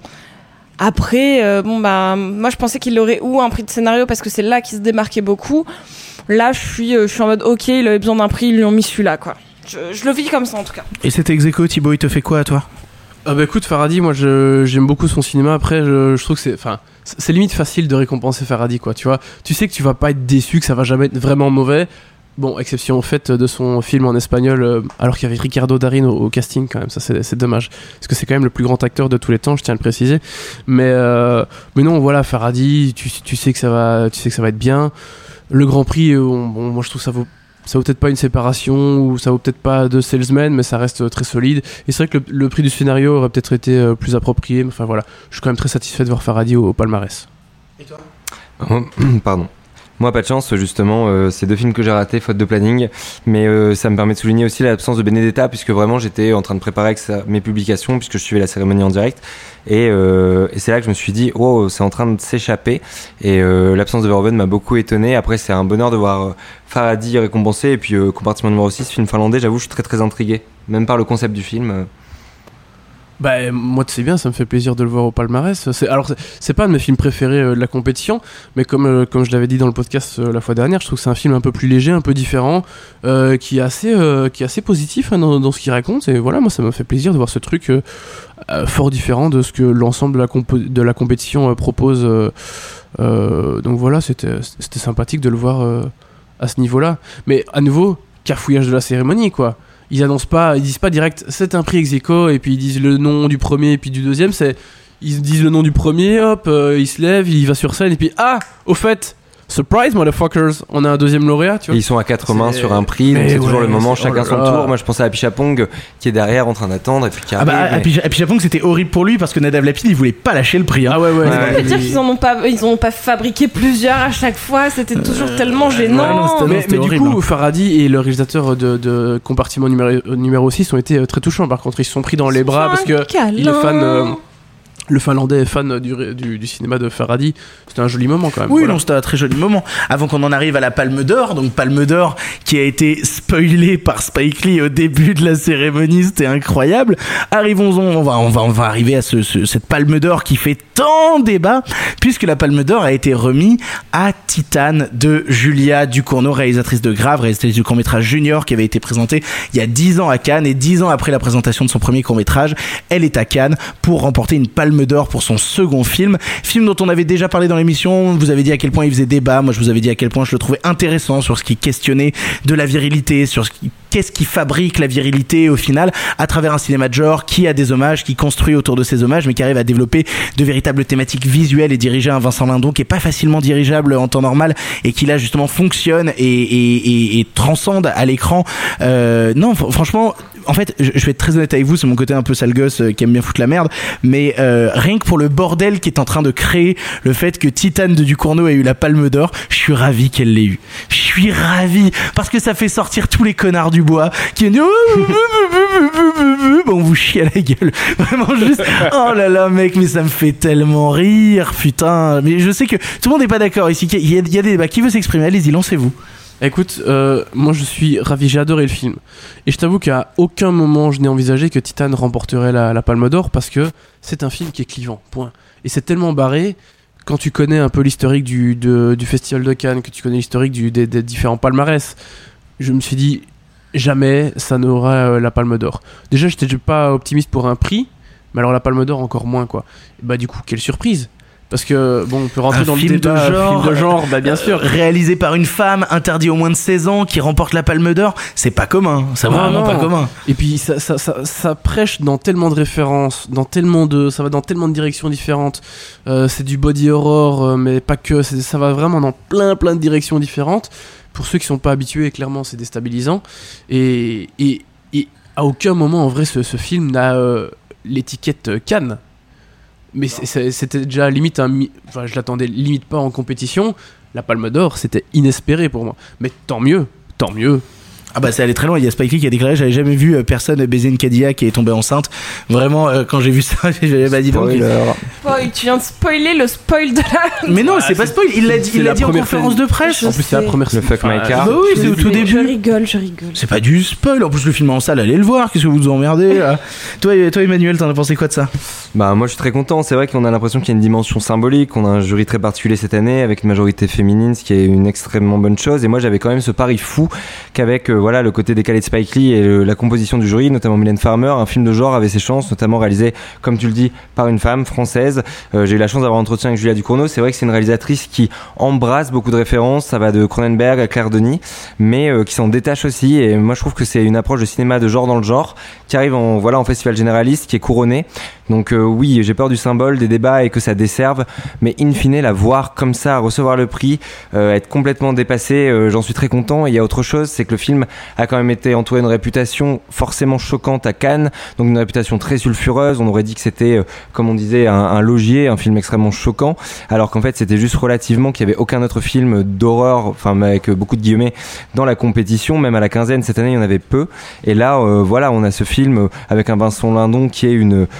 Après, moi je pensais qu'il aurait un prix de scénario parce que c'est là qu'il se démarquait beaucoup. Là, je suis en mode ok, il avait besoin d'un prix, ils lui ont mis celui-là quoi. Je le vis comme ça en tout cas. Et cet ex aequo, Thibaut, il te fait quoi à toi ? Ah bah écoute, Farhadi, moi j'aime beaucoup son cinéma. Après, je trouve que c'est limite facile de récompenser Farhadi quoi. Tu vois, tu sais que tu vas pas être déçu, que ça va jamais être vraiment mauvais. Bon, exception faite de son film en espagnol, alors qu'il y avait Ricardo Darín au casting quand même, ça c'est dommage, parce que c'est quand même le plus grand acteur de tous les temps, je tiens à le préciser. Mais non, voilà, Farhadi, tu sais que ça va être bien. Le Grand Prix, moi je trouve ça vaut peut-être pas une séparation ou ça vaut peut-être pas de salesman, mais ça reste très solide. Et c'est vrai que le prix du scénario aurait peut-être été plus approprié. Mais enfin voilà, je suis quand même très satisfait de voir Farhadi au palmarès. Et toi ? Pardon. Moi, pas de chance, justement, c'est 2 films que j'ai ratés, faute de planning, mais ça me permet de souligner aussi l'absence de Benedetta, puisque vraiment j'étais en train de préparer mes publications, puisque je suivais la cérémonie en direct, et c'est là que je me suis dit, oh, c'est en train de s'échapper, et l'absence de Verhoeven m'a beaucoup étonné. Après, c'est un bonheur de voir Farhadi récompensé, et puis compartiment numéro 6, film finlandais, j'avoue, je suis très très intrigué, même par le concept du film. Bah moi tu sais bien, ça me fait plaisir de le voir au palmarès. C'est pas un de mes films préférés de la compétition, mais comme je l'avais dit dans le podcast la fois dernière, je trouve que c'est un film un peu plus léger, un peu différent, qui est assez positif dans ce qu'il raconte. Et voilà, moi ça me fait plaisir de voir ce truc fort différent de ce que l'ensemble de la compétition propose. Donc voilà, c'était sympathique de le voir à ce niveau-là. Mais à nouveau, cafouillage de la cérémonie quoi. Ils disent pas direct c'est un prix ex-aequo et puis ils disent le nom du premier et puis du deuxième. Ils disent le nom du premier, hop, il se lève, il va sur scène et puis au fait, surprise motherfuckers, on a un deuxième lauréat, tu vois. Et ils sont à 4 mains sur un prix, donc c'est toujours le moment, chacun son tour. Moi je pensais à Pichapong qui est derrière en train d'attendre et puis qui arrive. Pichapong c'était horrible pour lui parce que Nadav Lapid il voulait pas lâcher le prix. Hein. On peut dire qu'ils en ont pas fabriqué plusieurs à chaque fois, c'était toujours tellement gênant. Mais du coup, Farhadi et le réalisateur de Compartiment numéro 6 ont été très touchants. Par contre, ils se sont pris dans les bras parce que il est fan. Le Finlandais est fan du cinéma de Farhadi. C'était un joli moment quand même. Oui, voilà. Non, c'était un très joli moment. Avant qu'on en arrive à la Palme d'Or, donc Palme d'Or qui a été spoilée par Spike Lee au début de la cérémonie, c'était incroyable. Arrivons-en, on va arriver à cette Palme d'Or qui fait tant débat, puisque la Palme d'Or a été remise à Titane de Julia Ducournau, réalisatrice de Grave, réalisatrice du court-métrage Junior qui avait été présenté il y a 10 ans à Cannes, et 10 ans après la présentation de son premier court-métrage, elle est à Cannes pour remporter une Palme d'Or pour son second film dont on avait déjà parlé dans l'émission. Vous avez dit à quel point il faisait débat, moi je vous avais dit à quel point je le trouvais intéressant sur ce qui questionnait de la virilité, sur qu'est-ce qui fabrique la virilité au final à travers un cinéma de genre qui a des hommages, qui construit autour de ces hommages mais qui arrive à développer de véritables thématiques visuelles et diriger un Vincent Lindon qui est pas facilement dirigeable en temps normal et qui là justement fonctionne et transcende à l'écran. Non, franchement, en fait, je vais être très honnête avec vous, c'est mon côté un peu sale gosse qui aime bien foutre la merde, mais rien que pour le bordel qui est en train de créer le fait que Titane de Ducournau ait eu la Palme d'Or, je suis ravi qu'elle l'ait eu. Je suis ravi parce que ça fait sortir tous les connards du bois qui viennent on vous chie à la gueule. Vraiment juste, oh là là mec, mais ça me fait tellement rire, putain. Mais je sais que tout le monde n'est pas d'accord ici. Il y a des débats. Qui veut s'exprimer? Allez-y, lancez-vous. Écoute, moi je suis ravi, j'ai adoré le film. Et je t'avoue qu'à aucun moment je n'ai envisagé que Titane remporterait la Palme d'Or parce que c'est un film qui est clivant, point. Et c'est tellement barré, quand tu connais un peu l'historique du Festival de Cannes, que tu connais l'historique des différents palmarès, je me suis dit, jamais ça n'aura la Palme d'Or. Déjà, j'étais pas optimiste pour un prix, mais alors la Palme d'Or encore moins, quoi. Et bah du coup, quelle surprise! Parce que, bon, on peut rentrer dans le débat, film de genre, bah bien sûr. Réalisé par une femme, interdit aux moins de 16 ans, qui remporte la Palme d'Or, c'est pas commun. C'est vraiment pas commun. Et puis, ça prêche dans tellement de références, ça va dans tellement de directions différentes. C'est du body horror, mais pas que, ça va vraiment dans plein de directions différentes. Pour ceux qui sont pas habitués, clairement, c'est déstabilisant. Et à aucun moment, en vrai, ce film n'a l'étiquette Cannes. Mais c'était déjà limite je l'attendais limite pas en compétition. La Palme d'Or, c'était inespéré pour moi. Mais tant mieux. Ah bah c'est allé très loin, il y a Spike Lee qui a déclaré: j'avais jamais vu personne baiser une Cadillac et tomber enceinte. Vraiment, quand j'ai vu ça, j'ai dit donc. Tu viens de spoiler le spoil de la... Mais non, c'est pas spoil, il l'a dit en conférence de presse. En plus c'est la première le fuck my car. Bah oui, c'est au tout début. Je rigole. C'est pas du spoil, en plus le film est en salle, allez le voir, qu'est-ce que vous emmerdez là. Toi Emmanuel, t'en as pensé quoi de ça? Bah moi je suis très content, c'est vrai qu'on a l'impression qu'il y a une dimension symbolique, on a un jury très particulier cette année avec une majorité féminine, ce qui est une extrêmement bonne chose. Et moi j'avais quand même ce pari fou qu'avec le côté décalé de Spike Lee et la composition du jury, notamment Mylène Farmer, un film de genre avait ses chances, notamment réalisé, comme tu le dis, par une femme française. J'ai eu la chance d'avoir un entretien avec Julia Ducournau. C'est vrai que c'est une réalisatrice qui embrasse beaucoup de références, ça va de Cronenberg à Claire Denis, mais qui s'en détache aussi. Et moi je trouve que c'est une approche de cinéma de genre dans le genre qui arrive en festival généraliste, qui est couronné. Donc oui, j'ai peur du symbole, des débats et que ça desserve, mais in fine, la voir comme ça, recevoir le prix, être complètement dépassé, j'en suis très content. Et il y a autre chose, c'est que le film a quand même été entouré d'une réputation forcément choquante à Cannes, donc une réputation très sulfureuse. On aurait dit que c'était, comme on disait, un logier, un film extrêmement choquant, alors qu'en fait c'était juste relativement qu'il n'y avait aucun autre film d'horreur, enfin avec beaucoup de guillemets, dans la compétition. Même à la quinzaine cette année il y en avait peu, et là on a ce film avec un Vincent Lindon qui est une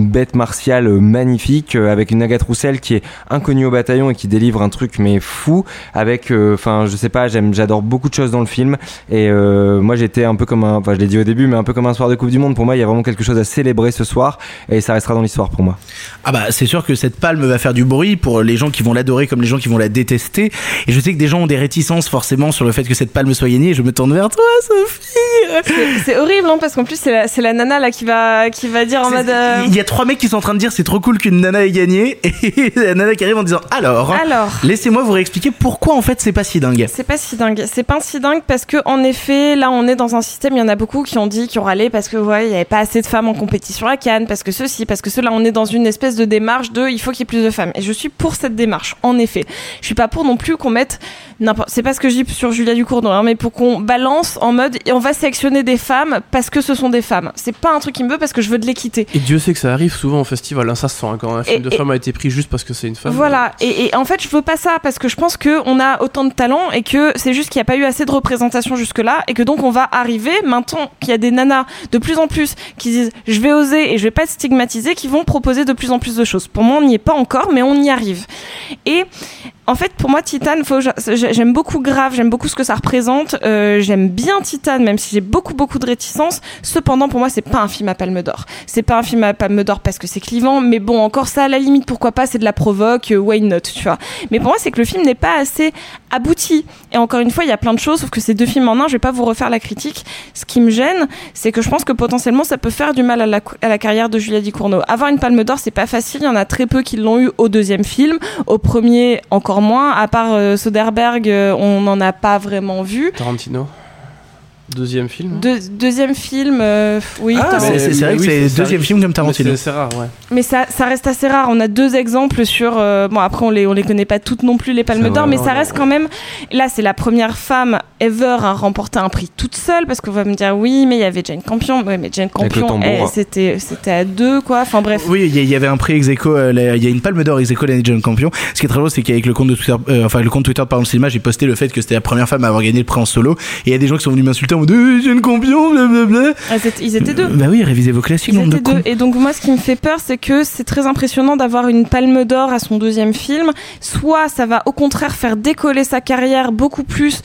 une bête martiale magnifique, avec une Agathe Roussel qui est inconnue au bataillon et qui délivre un truc mais fou, avec, je sais pas, j'adore beaucoup de choses dans le film, et moi j'étais un peu comme je l'ai dit au début, mais un peu comme un soir de Coupe du Monde. Pour moi, il y a vraiment quelque chose à célébrer ce soir, et ça restera dans l'histoire pour moi. Ah bah c'est sûr que cette palme va faire du bruit pour les gens qui vont l'adorer comme les gens qui vont la détester, et je sais que des gens ont des réticences forcément sur le fait que cette palme soit gagnée, et je me tourne vers toi, Sophie. C'est horrible, hein, parce qu'en plus c'est la nana là qui va dire en mode il y a 3 mecs qui sont en train de dire c'est trop cool qu'une nana ait gagné, et la nana qui arrive en disant alors laissez-moi vous réexpliquer pourquoi en fait c'est pas si dingue. C'est pas si dingue parce que en effet là on est dans un système, il y en a beaucoup qui ont râlé parce que il y avait pas assez de femmes en compétition à Cannes, parce que ceci, parce que cela, on est dans une espèce de démarche de il faut qu'il y ait plus de femmes, et je suis pour cette démarche, en effet. Je suis pas pour non plus qu'on mette c'est pas ce que je dis sur Julia Ducournau, hein, mais pour qu'on balance en mode et on va sélectionner des femmes parce que ce sont des femmes. C'est pas un truc qui me veut parce que je veux de l'équité. Et Dieu sait que ça arrive souvent au festival, hein, ça se sent hein, quand un film de femme a été pris juste parce que c'est une femme. Voilà, et en fait je veux pas ça parce que je pense qu'on a autant de talent et que c'est juste qu'il n'y a pas eu assez de représentation jusque-là, et que donc on va arriver maintenant qu'il y a des nanas de plus en plus qui disent je vais oser et je vais pas être stigmatisée, qui vont proposer de plus en plus de choses. Pour moi on n'y est pas encore, mais on y arrive. Et en fait, pour moi, Titane, j'aime beaucoup Grave, j'aime beaucoup ce que ça représente. J'aime bien Titane, même si j'ai beaucoup de réticences. Cependant, pour moi, c'est pas un film à Palme d'Or. C'est pas un film à Palme d'Or parce que c'est clivant, mais bon, encore ça, à la limite, pourquoi pas, c'est de la provoque, why not, tu vois. Mais pour moi, c'est que le film n'est pas assez abouti. Et encore une fois, il y a plein de choses, sauf que c'est 2 films en un, je vais pas vous refaire la critique. Ce qui me gêne, c'est que je pense que potentiellement, ça peut faire du mal à la carrière de Julia Ducournau. Avoir une Palme d'Or, c'est pas facile. Il y en a très peu qui l'ont eu au 2e film. Au premier, encore moins, à part Soderbergh, on n'en a pas vraiment vu. Tarantino. Deuxième film. Deuxième film, oui. C'est vrai que c'est le deuxième film comme Tarantino. C'est rare, ouais. Mais ça reste assez rare. On a 2 exemples sur. Bon, après, on les connaît pas toutes non plus, les Palmes d'Or, mais ça reste quand même. Là, c'est la première femme ever à remporter un prix toute seule, parce qu'on va me dire oui, mais il y avait Jane Campion. Oui, mais Jane Campion, c'était à 2, quoi. Enfin, bref. Oui, il y avait un prix ex-aequo. Il y a une Palme d'Or ex-aequo l'année de Jane Campion. Ce qui est très drôle, c'est qu'avec le compte de Twitter, le compte Twitter de Pardon le Cinéma, j'ai posté le fait que c'était la première femme à avoir gagné le prix en solo. Et il y a des gens qui sont venus m'insulter en mode Jane Campion, blablabla. Ils étaient 2. Bah oui, révisez vos classiques. Ils étaient 2. Et donc moi, ce qui me fait peur, c'est que c'est très impressionnant d'avoir une Palme d'Or à son 2e film. Soit ça va au contraire faire décoller sa carrière beaucoup plus,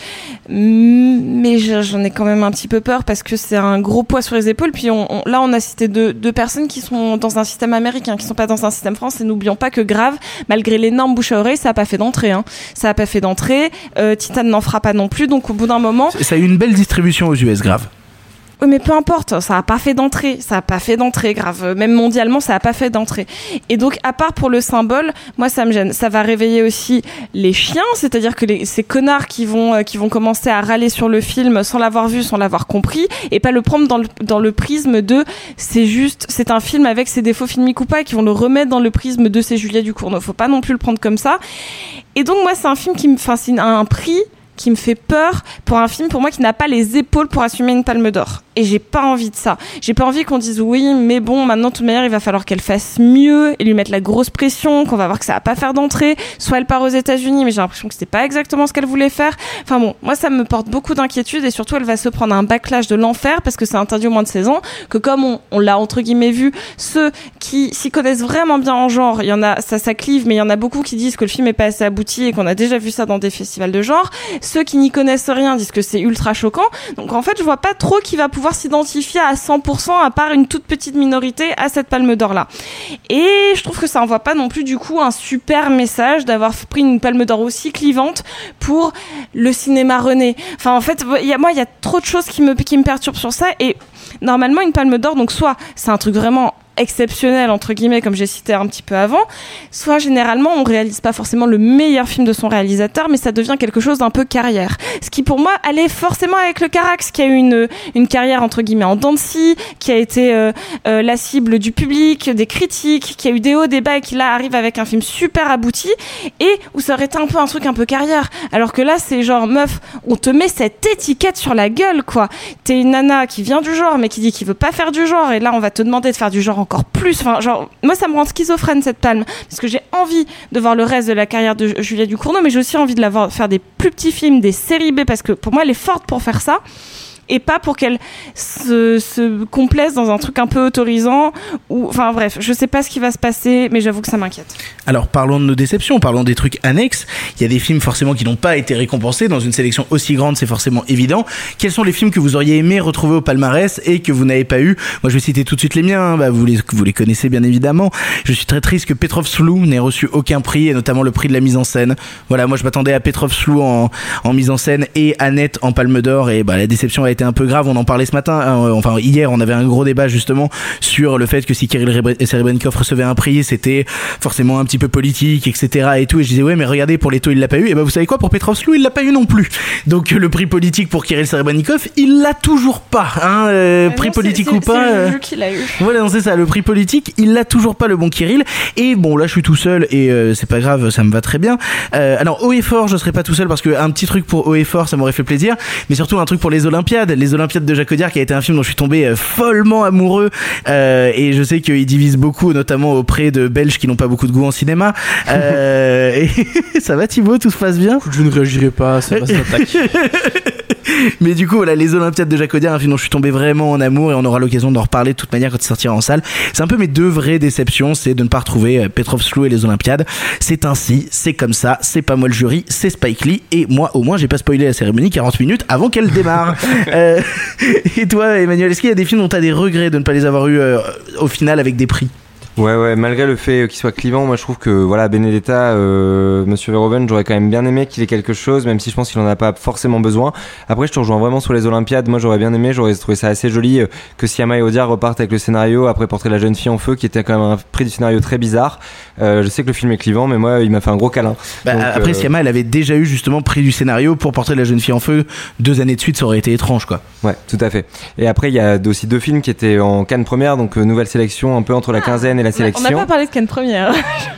mais j'en ai quand même un petit peu peur parce que c'est un gros poids sur les épaules. Puis là, on a cité deux personnes qui sont dans un système américain, qui sont pas dans un système français. N'oublions pas que Grave, malgré l'énorme bouche à oreille, ça a pas fait d'entrée. Hein. Ça a pas fait d'entrée. Titane n'en fera pas non plus. Donc au bout d'un moment, ça a eu une belle distribution aux US, Grave. Oui, mais peu importe, ça a pas fait d'entrée, Grave. Même mondialement, ça a pas fait d'entrée. Et donc, à part pour le symbole, moi, ça me gêne. Ça va réveiller aussi les chiens, c'est-à-dire que ces connards qui vont commencer à râler sur le film sans l'avoir vu, sans l'avoir compris, et pas le prendre dans le prisme de c'est un film avec ses défauts filmiques ou pas, et qui vont le remettre dans le prisme de c'est Julia Ducournau. Faut pas non plus le prendre comme ça. Et donc, moi, c'est un film c'est un prix qui me fait peur pour un film, pour moi, qui n'a pas les épaules pour assumer une Palme d'Or. Et j'ai pas envie de ça. J'ai pas envie qu'on dise oui, mais bon, maintenant, de toute manière, il va falloir qu'elle fasse mieux et lui mettre la grosse pression, qu'on va voir que ça va pas faire d'entrée. Soit elle part aux États-Unis, mais j'ai l'impression que c'était pas exactement ce qu'elle voulait faire. Enfin bon, moi, ça me porte beaucoup d'inquiétude, et surtout, elle va se prendre un backlash de l'enfer parce que c'est interdit au moins de 16 ans, que comme on l'a entre guillemets vu, ceux qui s'y connaissent vraiment bien en genre, il y en a, ça clive, mais il y en a beaucoup qui disent que le film est pas assez abouti et qu'on a déjà vu ça dans des festivals de genre. Ceux qui n'y connaissent rien disent que c'est ultra choquant. Donc en fait, je vois pas trop qui va pouvoir s'identifier à 100%, à part une toute petite minorité, à cette Palme d'Or là. Et je trouve que ça envoie pas non plus du coup un super message d'avoir pris une Palme d'Or aussi clivante pour le cinéma René. Enfin en fait, il y a trop de choses qui me perturbent sur ça, et normalement une Palme d'Or, donc soit c'est un truc vraiment exceptionnel entre guillemets comme j'ai cité un petit peu avant, soit généralement on réalise pas forcément le meilleur film de son réalisateur, mais ça devient quelque chose d'un peu carrière, ce qui pour moi allait forcément avec le Carax, qui a eu une carrière entre guillemets en dents de scie, qui a été la cible du public, des critiques, qui a eu des hauts, des bas, et qui là arrive avec un film super abouti, et où ça aurait été un peu un truc un peu carrière, alors que là c'est genre meuf, on te met cette étiquette sur la gueule quoi, t'es une nana qui vient du genre mais qui dit qu'il veut pas faire du genre, et là on va te demander de faire du genre encore plus, enfin genre moi ça me rend schizophrène cette palme, parce que j'ai envie de voir le reste de la carrière de Julia Ducournau, mais j'ai aussi envie de la voir faire des plus petits films, des séries B, parce que pour moi elle est forte pour faire ça. et pas pour qu'elle se complaise dans un truc un peu autorisant ou enfin bref, je sais pas ce qui va se passer, mais j'avoue que ça m'inquiète. Alors parlons de nos déceptions, parlons des trucs annexes. Il y a des films forcément qui n'ont pas été récompensés dans une sélection aussi grande, c'est forcément évident. Quels sont les films que vous auriez aimé retrouver au palmarès et que vous n'avez pas eu? Moi je vais citer tout de suite les miens, vous les connaissez bien évidemment. Je suis très triste que Petrov Slou n'ait reçu aucun prix, et notamment le prix de la mise en scène. Voilà, moi je m'attendais à Petrov Slou en mise en scène et Annette en Palme d'Or, et la déception a été un peu grave. On en parlait ce matin, enfin hier on avait un gros débat justement sur le fait que si Kirill Serebrennikov recevait un prix, c'était forcément un petit peu politique, etc. et tout, et je disais ouais mais regardez, pour Leto il l'a pas eu, et vous savez quoi, pour Petrov Slou il l'a pas eu non plus. Donc le prix politique pour Kirill Serebrennikov il l'a toujours pas, prix politique ou pas, c'est le jeu qu'il a eu. Voilà, non, c'est ça, le prix politique il l'a toujours pas, le bon Kirill. Et bon là je suis tout seul et c'est pas grave, ça me va très bien. Alors haut et fort je serais pas tout seul parce que un petit truc pour haut et fort ça m'aurait fait plaisir, mais surtout un truc pour les Olympiades de Jacques Audiard, qui a été un film dont je suis tombé follement amoureux, et je sais qu'il divise beaucoup, notamment auprès de Belges qui n'ont pas beaucoup de goût en cinéma. Et ça va Thibaut, tout se passe bien? Je ne réagirai pas, ça va s'attaquer. Mais du coup voilà, les Olympiades de Jacques Audiard, un film dont je suis tombé vraiment en amour, et on aura l'occasion d'en reparler de toute manière quand il sortira en salle. C'est un peu mes deux vraies déceptions, c'est de ne pas retrouver Petrov Slou et les Olympiades. C'est ainsi, c'est comme ça, c'est pas moi le jury, c'est Spike Lee, et moi au moins j'ai pas spoilé la cérémonie 40 minutes avant qu'elle démarre. Et toi Emmanuel, est-ce qu'il y a des films dont t'as des regrets de ne pas les avoir eu au final avec des prix? Ouais, malgré le fait qu'il soit clivant, moi je trouve que voilà, Benedetta, Monsieur Verhoeven, j'aurais quand même bien aimé qu'il ait quelque chose, même si je pense qu'il en a pas forcément besoin. Après je te rejoins vraiment sur les Olympiades, moi j'aurais bien aimé, j'aurais trouvé ça assez joli que Siama et Audiard repartent avec le scénario après Portrait de la jeune fille en feu, qui était quand même un prix du scénario très bizarre. Je sais que le film est clivant, mais moi il m'a fait un gros câlin. Donc, après Siama elle avait déjà eu justement prix du scénario pour Portrait de la jeune fille en feu, 2 années de suite, ça aurait été étrange quoi. Ouais, tout à fait. Et après il y a aussi 2 films qui étaient en Cannes première, donc nouvelle sélection un peu entre la quinzaine et la sélection. On n'a pas parlé de Cannes première.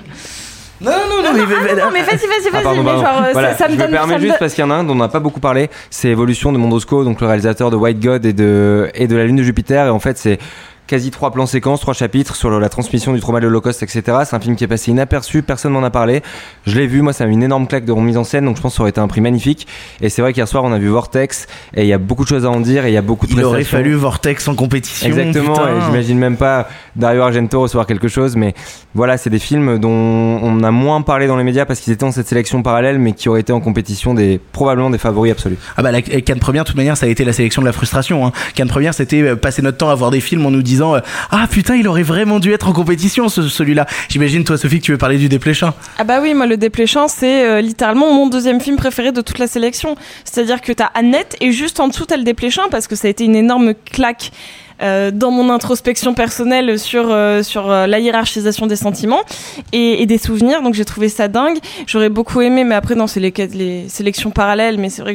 Non, mais vas-y, pardon. Mais genre, voilà, ça me donne. Je me permets juste parce qu'il y en a un dont on n'a pas beaucoup parlé, c'est Évolution de Mondosco, donc le réalisateur de White God et de la Lune de Jupiter, et en fait c'est quasi 3 plans séquences, 3 chapitres sur la transmission du trauma de l'Holocauste, etc. C'est un film qui est passé inaperçu, personne m'en a parlé. Je l'ai vu, moi ça m'a mis une énorme claque de remise en scène, donc je pense que ça aurait été un prix magnifique. Et c'est vrai qu'hier soir on a vu Vortex, et il y a beaucoup de choses à en dire, et il y a beaucoup de prestations. Il aurait fallu Vortex en compétition. Exactement, putain. Et j'imagine même pas Dario Argento recevoir quelque chose, mais voilà, c'est des films dont on a moins parlé dans les médias parce qu'ils étaient dans cette sélection parallèle, mais qui auraient été en compétition probablement des favoris absolus. La Cannes première, de toute manière, ça a été la sélection de la frustration. Cannes première, c'était passer notre temps à voir des films en nous disant ah putain, il aurait vraiment dû être en compétition celui-là. J'imagine toi Sophie que tu veux parler du Desplechin. Ah bah oui, moi le Desplechin c'est littéralement mon deuxième film préféré de toute la sélection. C'est-à-dire que t'as Annette et juste en dessous t'as le Desplechin, parce que ça a été une énorme claque dans mon introspection personnelle sur la hiérarchisation des sentiments et des souvenirs, donc j'ai trouvé ça dingue. J'aurais beaucoup aimé, mais après non, c'est les sélections parallèles, mais c'est vrai que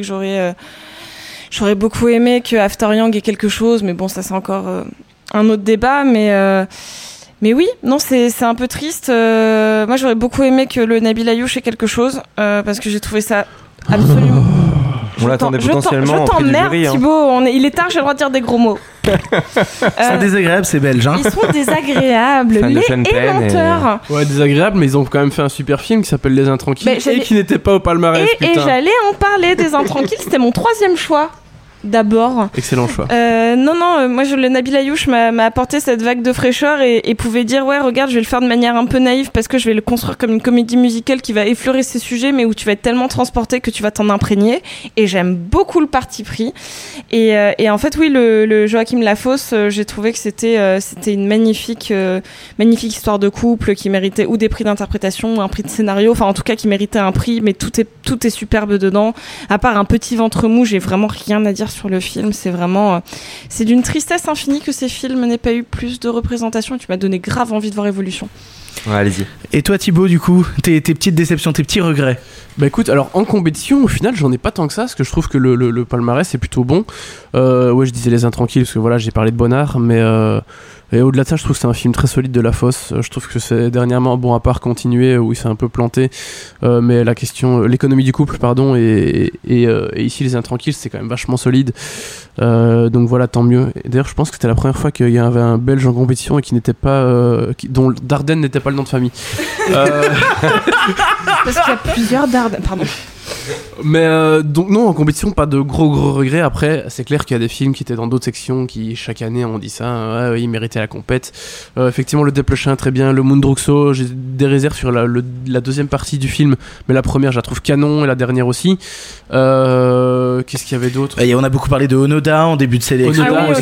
j'aurais beaucoup aimé que After Yang ait quelque chose, mais bon, ça c'est encore un autre débat, mais oui, non, c'est un peu triste. Moi j'aurais beaucoup aimé que le Nabil Ayouch ait quelque chose, parce que j'ai trouvé ça absolument... On l'attendait potentiellement je en prix du t'emmerde, jury. Thibaut, il est tard, j'ai le droit de dire des gros mots. C'est désagréable, c'est belge. Ils sont désagréables, Fan de les Sean Penn menteurs. Ouais, désagréable, mais ils ont quand même fait un super film qui s'appelle Les Intranquilles, et qui n'était pas au palmarès. Et j'allais en parler des Intranquilles, c'était mon 3e choix. D'abord. Excellent choix. Moi le Nabil Ayouch m'a apporté cette vague de fraîcheur et pouvait dire ouais regarde, je vais le faire de manière un peu naïve parce que je vais le construire comme une comédie musicale qui va effleurer ces sujets, mais où tu vas être tellement transporté que tu vas t'en imprégner, et j'aime beaucoup le parti pris et en fait oui, le Joachim Lafosse, j'ai trouvé que c'était une magnifique histoire de couple qui méritait ou des prix d'interprétation ou un prix de scénario, enfin en tout cas qui méritait un prix, mais tout est superbe dedans, à part un petit ventre mou, j'ai vraiment rien à dire sur le film. C'est vraiment c'est d'une tristesse infinie que ces films n'aient pas eu plus de représentation, et tu m'as donné grave envie de voir Évolution. Ouais, allez-y. Et toi Thibaut, du coup, tes petites déceptions, tes petits regrets? Bah écoute, alors en compétition au final j'en ai pas tant que ça, parce que je trouve que le palmarès est plutôt bon. Ouais, je disais Les Intranquilles parce que voilà, j'ai parlé de Bonnard, mais et au-delà de ça, je trouve que c'est un film très solide de Lafosse. Je trouve que c'est dernièrement, bon, à part Continuer où il s'est un peu planté, mais la question, l'économie du couple, pardon, et ici Les Intranquilles, c'est quand même vachement solide. Donc voilà, tant mieux. Et d'ailleurs, je pense que c'était la première fois qu'il y avait un Belge en compétition et qui n'était pas, dont Dardenne n'était pas pas le nom de famille. Parce qu'il y a plusieurs Darden. Pardon. Mais donc non, en compétition, pas de gros regrets. Après, c'est clair qu'il y a des films qui étaient dans d'autres sections qui chaque année on dit ça, ouais, ils méritaient la compète. Effectivement, le Desplechin très bien, le Moondruxo, j'ai des réserves sur la deuxième partie du film, mais la première je la trouve canon et la dernière aussi. Qu'est-ce qu'il y avait d'autre? On a beaucoup parlé de Onoda en début de sélection.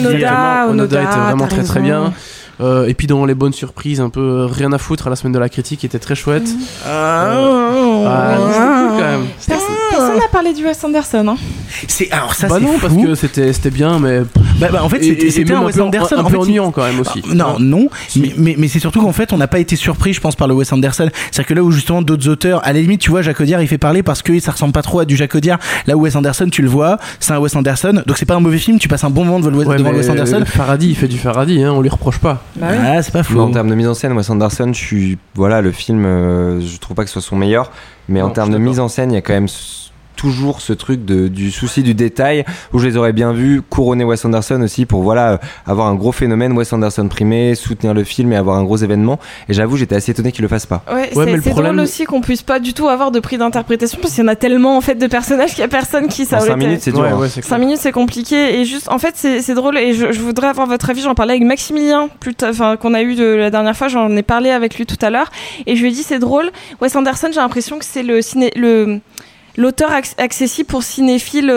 Onoda était vraiment très bien. Et puis dans les bonnes surprises, un peu rien à foutre, à la semaine de la critique était très chouette. C'était cool quand même. Personne n'a parlé du Wes Anderson. Hein. Alors ça, bah c'est non, fou. parce que c'était bien, mais en fait c'était un Wes Anderson un peu ennuyant quand même aussi. Non, mais c'est surtout qu'en fait on n'a pas été surpris, je pense, par le Wes Anderson. C'est-à-dire que là où justement d'autres auteurs, à la limite, tu vois, Jacques Audiard il fait parler parce que ça ressemble pas trop à du Jacques Audiard. Là où Wes Anderson, tu le vois, c'est un Wes Anderson, donc c'est pas un mauvais film, tu passes un bon moment devant le Wes Anderson. Faraday, il fait du Faraday, hein, on lui reproche pas. C'est pas fou. En termes de mise en scène, Wes Anderson, le film, je trouve pas que ce soit son meilleur, mais en termes de mise en scène, il y a quand même toujours ce truc du souci du détail où je les aurais bien vus couronner Wes Anderson aussi pour avoir un gros phénomène Wes Anderson primé, soutenir le film et avoir un gros événement. Et j'avoue, j'étais assez étonné qu'il le fasse pas. C'est drôle aussi qu'on puisse pas du tout avoir de prix d'interprétation parce qu'il y en a tellement en fait de personnages qu'il y a personne qui ça. 5 minutes c'est dur. 5 minutes c'est compliqué et juste en fait c'est drôle et je voudrais avoir votre avis. J'en parlais avec Maximilien qu'on a eu la dernière fois, j'en ai parlé avec lui tout à l'heure et je lui ai dit c'est drôle. Wes Anderson, j'ai l'impression que c'est l'auteur accessible pour cinéphiles,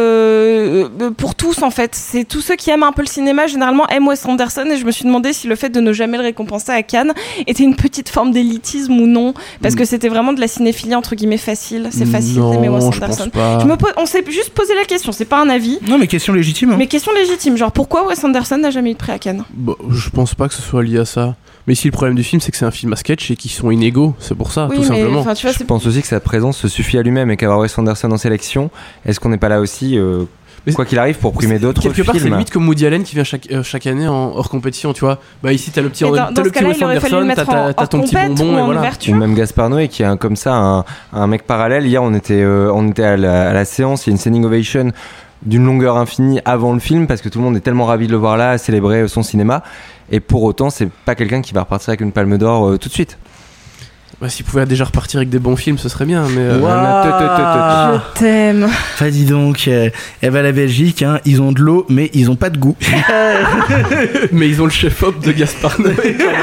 pour tous en fait. C'est tous ceux qui aiment un peu le cinéma généralement aiment Wes Anderson et je me suis demandé si le fait de ne jamais le récompenser à Cannes était une petite forme d'élitisme ou non, parce que c'était vraiment de la cinéphilie entre guillemets facile. C'est facile d'aimer Wes Anderson. On s'est juste posé la question, c'est pas un avis. Non mais question légitime. Mais question légitime, genre pourquoi Wes Anderson n'a jamais eu de prix à Cannes? Je pense pas que ce soit lié à ça. Mais ici, le problème du film, c'est que c'est un film à sketch et qu'ils sont inégaux. C'est pour ça, tout simplement. Je pense aussi que sa présence se suffit à lui-même et qu'avoir Wes Anderson en sélection, est-ce qu'on n'est pas là aussi, quoi qu'il arrive, pour primer d'autres films? Quelque part, c'est limite comme Woody Allen qui vient chaque année en hors compétition, tu vois. Bah ici, t'as le petit Wes Anderson, t'as ton petit bonbon, et voilà. Ou même Gaspard Noé qui est comme ça un mec parallèle. Hier, on était à la séance, il y a une standing ovation d'une longueur infinie avant le film parce que tout le monde est tellement ravi de le voir là, à célébrer son cinéma. Et pour autant, c'est pas quelqu'un qui va repartir avec une palme d'or tout de suite. S'il pouvait déjà repartir avec des bons films, ce serait bien. Mais je t'aime. Dis donc, la Belgique, hein, ils ont de l'eau, mais ils ont pas de goût. Mais ils ont le chef-op de Gaspard Noé.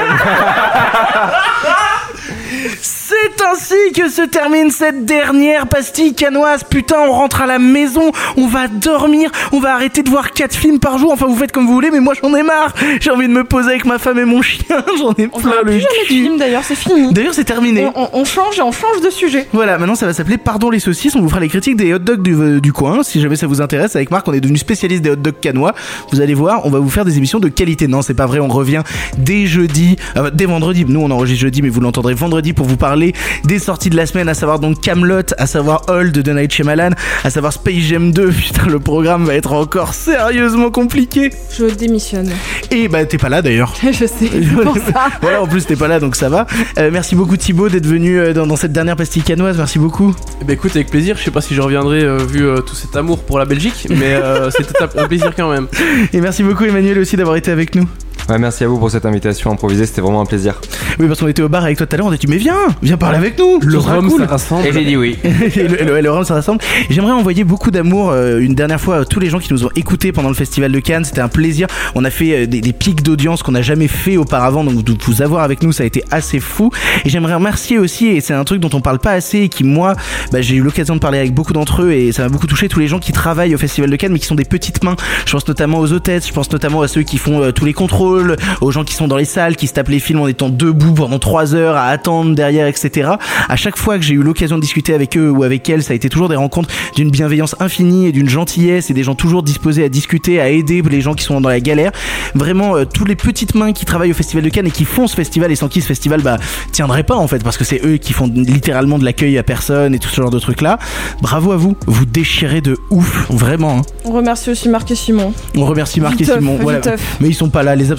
C'est ainsi que se termine cette dernière pastille cannoise. Putain, on rentre à la maison, on va dormir, on va arrêter de voir 4 films par jour. Enfin, vous faites comme vous voulez, mais moi j'en ai marre. J'ai envie de me poser avec ma femme et mon chien. J'en ai plein le cul. On plus film d'ailleurs, c'est fini. D'ailleurs, c'est terminé. On change de sujet. Voilà, maintenant ça va s'appeler Pardon les saucisses. On vous fera les critiques des hot dogs du coin. Si jamais ça vous intéresse, avec Marc, on est devenu spécialiste des hot dogs cannois. Vous allez voir, on va vous faire des émissions de qualité. Non, c'est pas vrai, on revient dès jeudi, dès vendredi. Nous, on enregistre jeudi, mais vous l'entendrez vendredi pour vous parler des sorties de la semaine, à savoir donc Kaamelott, à savoir Hold de Night Shyamalan, à savoir Space Jam 2. Putain, le programme va être encore sérieusement compliqué. Je démissionne. Et t'es pas là d'ailleurs. Je sais, c'est pour ça. Voilà, en plus t'es pas là, donc ça va. Merci beaucoup Thibaut d'être venu dans cette dernière pastille cannoise. Merci beaucoup. Écoute, avec plaisir. Je sais pas si je reviendrai vu tout cet amour pour la Belgique, mais c'était un plaisir quand même. Et merci beaucoup Emmanuel aussi d'avoir été avec nous. Ouais, merci à vous pour cette invitation improvisée, c'était vraiment un plaisir. Oui, parce qu'on était au bar avec toi tout à l'heure, on a dit mais viens parler avec nous. Le rhum ça rassemble. Et j'ai dit oui. le rhum ça rassemble. J'aimerais envoyer beaucoup d'amour une dernière fois à tous les gens qui nous ont écoutés pendant le festival de Cannes. C'était un plaisir. On a fait des pics d'audience qu'on n'a jamais fait auparavant, donc de vous avoir avec nous, ça a été assez fou. Et j'aimerais remercier aussi, et c'est un truc dont on parle pas assez et qui moi, j'ai eu l'occasion de parler avec beaucoup d'entre eux et ça m'a beaucoup touché, tous les gens qui travaillent au festival de Cannes mais qui sont des petites mains. Je pense notamment aux hôtesses, je pense notamment à ceux qui font tous les contrôles, aux gens qui sont dans les salles, qui se tapent les films en étant debout pendant 3 heures à attendre derrière, etc. À chaque fois que j'ai eu l'occasion de discuter avec eux ou avec elles, ça a été toujours des rencontres d'une bienveillance infinie et d'une gentillesse et des gens toujours disposés à discuter, à aider les gens qui sont dans la galère. Vraiment, toutes les petites mains qui travaillent au festival de Cannes et qui font ce festival et sans qui ce festival tiendrait pas en fait, parce que c'est eux qui font littéralement de l'accueil à personne et tout ce genre de trucs là. Bravo à vous, vous déchirez de ouf, vraiment. Hein. On remercie aussi Marc et Simon. On remercie Marc et Simon. Voilà. Mais ils sont pas là, les absents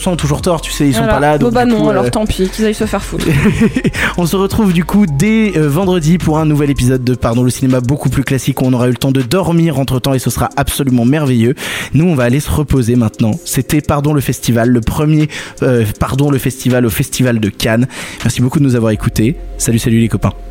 gens ont toujours tort, tu sais, ils sont Voilà. pas là. Donc, Bon bah du non, coup, alors tant pis, qu'ils aillent se faire foutre. on se retrouve du coup dès vendredi pour un nouvel épisode de Pardon le cinéma, beaucoup plus classique, où on aura eu le temps de dormir entre temps et ce sera absolument merveilleux. Nous on va aller se reposer maintenant. C'était Pardon le festival, le premier Pardon le festival au festival de Cannes. Merci beaucoup de nous avoir écoutés. Salut les copains.